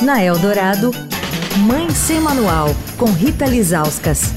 Na Eldorado, Mãe Sem Manual, com Rita Lizauskas.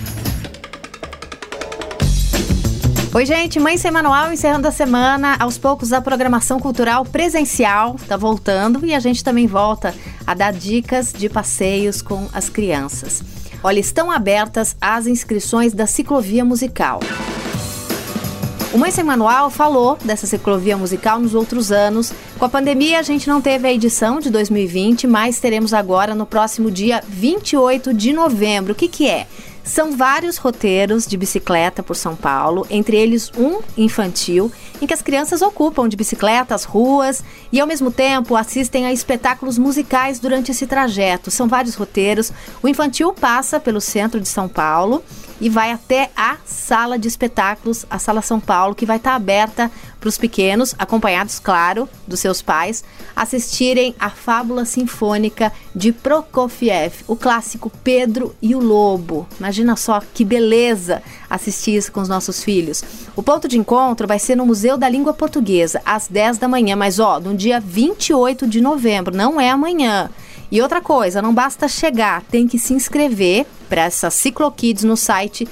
Oi, gente, Mãe Sem Manual, encerrando a semana. Aos poucos a programação cultural presencial está voltando e a gente também volta a dar dicas de passeios com as crianças. Olha, estão abertas as inscrições da ciclovia musical. O Mãe Sem Manual falou dessa ciclovia musical nos outros anos. Com a pandemia, a gente não teve a edição de 2020, mas teremos agora no próximo dia 28 de novembro. O que é? São vários roteiros de bicicleta por São Paulo, entre eles um infantil, em que as crianças ocupam de bicicleta as ruas e, ao mesmo tempo, assistem a espetáculos musicais durante esse trajeto. São vários roteiros. O infantil passa pelo centro de São Paulo e vai até a sala de espetáculos, a Sala São Paulo, que vai estar aberta para os pequenos, acompanhados, claro, dos seus pais, assistirem a Fábula Sinfônica de Prokofiev, o clássico Pedro e o Lobo. Imagina só que beleza assistir isso com os nossos filhos. O ponto de encontro vai ser no Museu da Língua Portuguesa, às 10 da manhã, mas no dia 28 de novembro, não é amanhã. E outra coisa, não basta chegar, tem que se inscrever para essa Ciclokids no site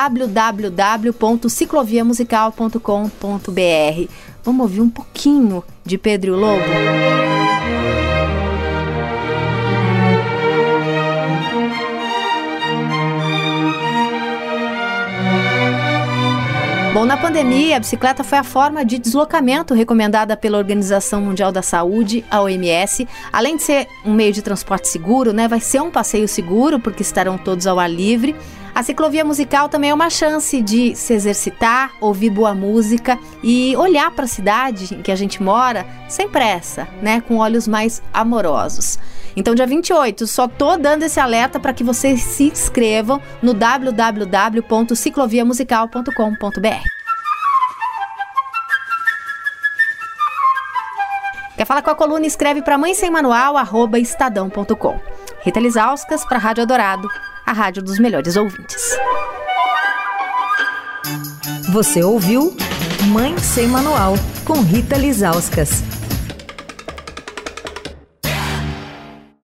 www.cicloviamusical.com.br. Vamos ouvir um pouquinho de Pedro e o Lobo? Bom, na pandemia, a bicicleta foi a forma de deslocamento recomendada pela Organização Mundial da Saúde, a OMS. Além de ser um meio de transporte seguro, vai ser um passeio seguro, porque estarão todos ao ar livre. A ciclovia musical também é uma chance de se exercitar, ouvir boa música e olhar para a cidade em que a gente mora sem pressa, com olhos mais amorosos. Então, dia 28, só tô dando esse alerta para que vocês se inscrevam no www.cicloviamusical.com.br. Quer falar com a coluna? Escreve para mãesemmanual@estadão.com. Rita Lizauskas para a Rádio Eldorado, a rádio dos melhores ouvintes. Você ouviu Mãe Sem Manual, com Rita Lizauskas.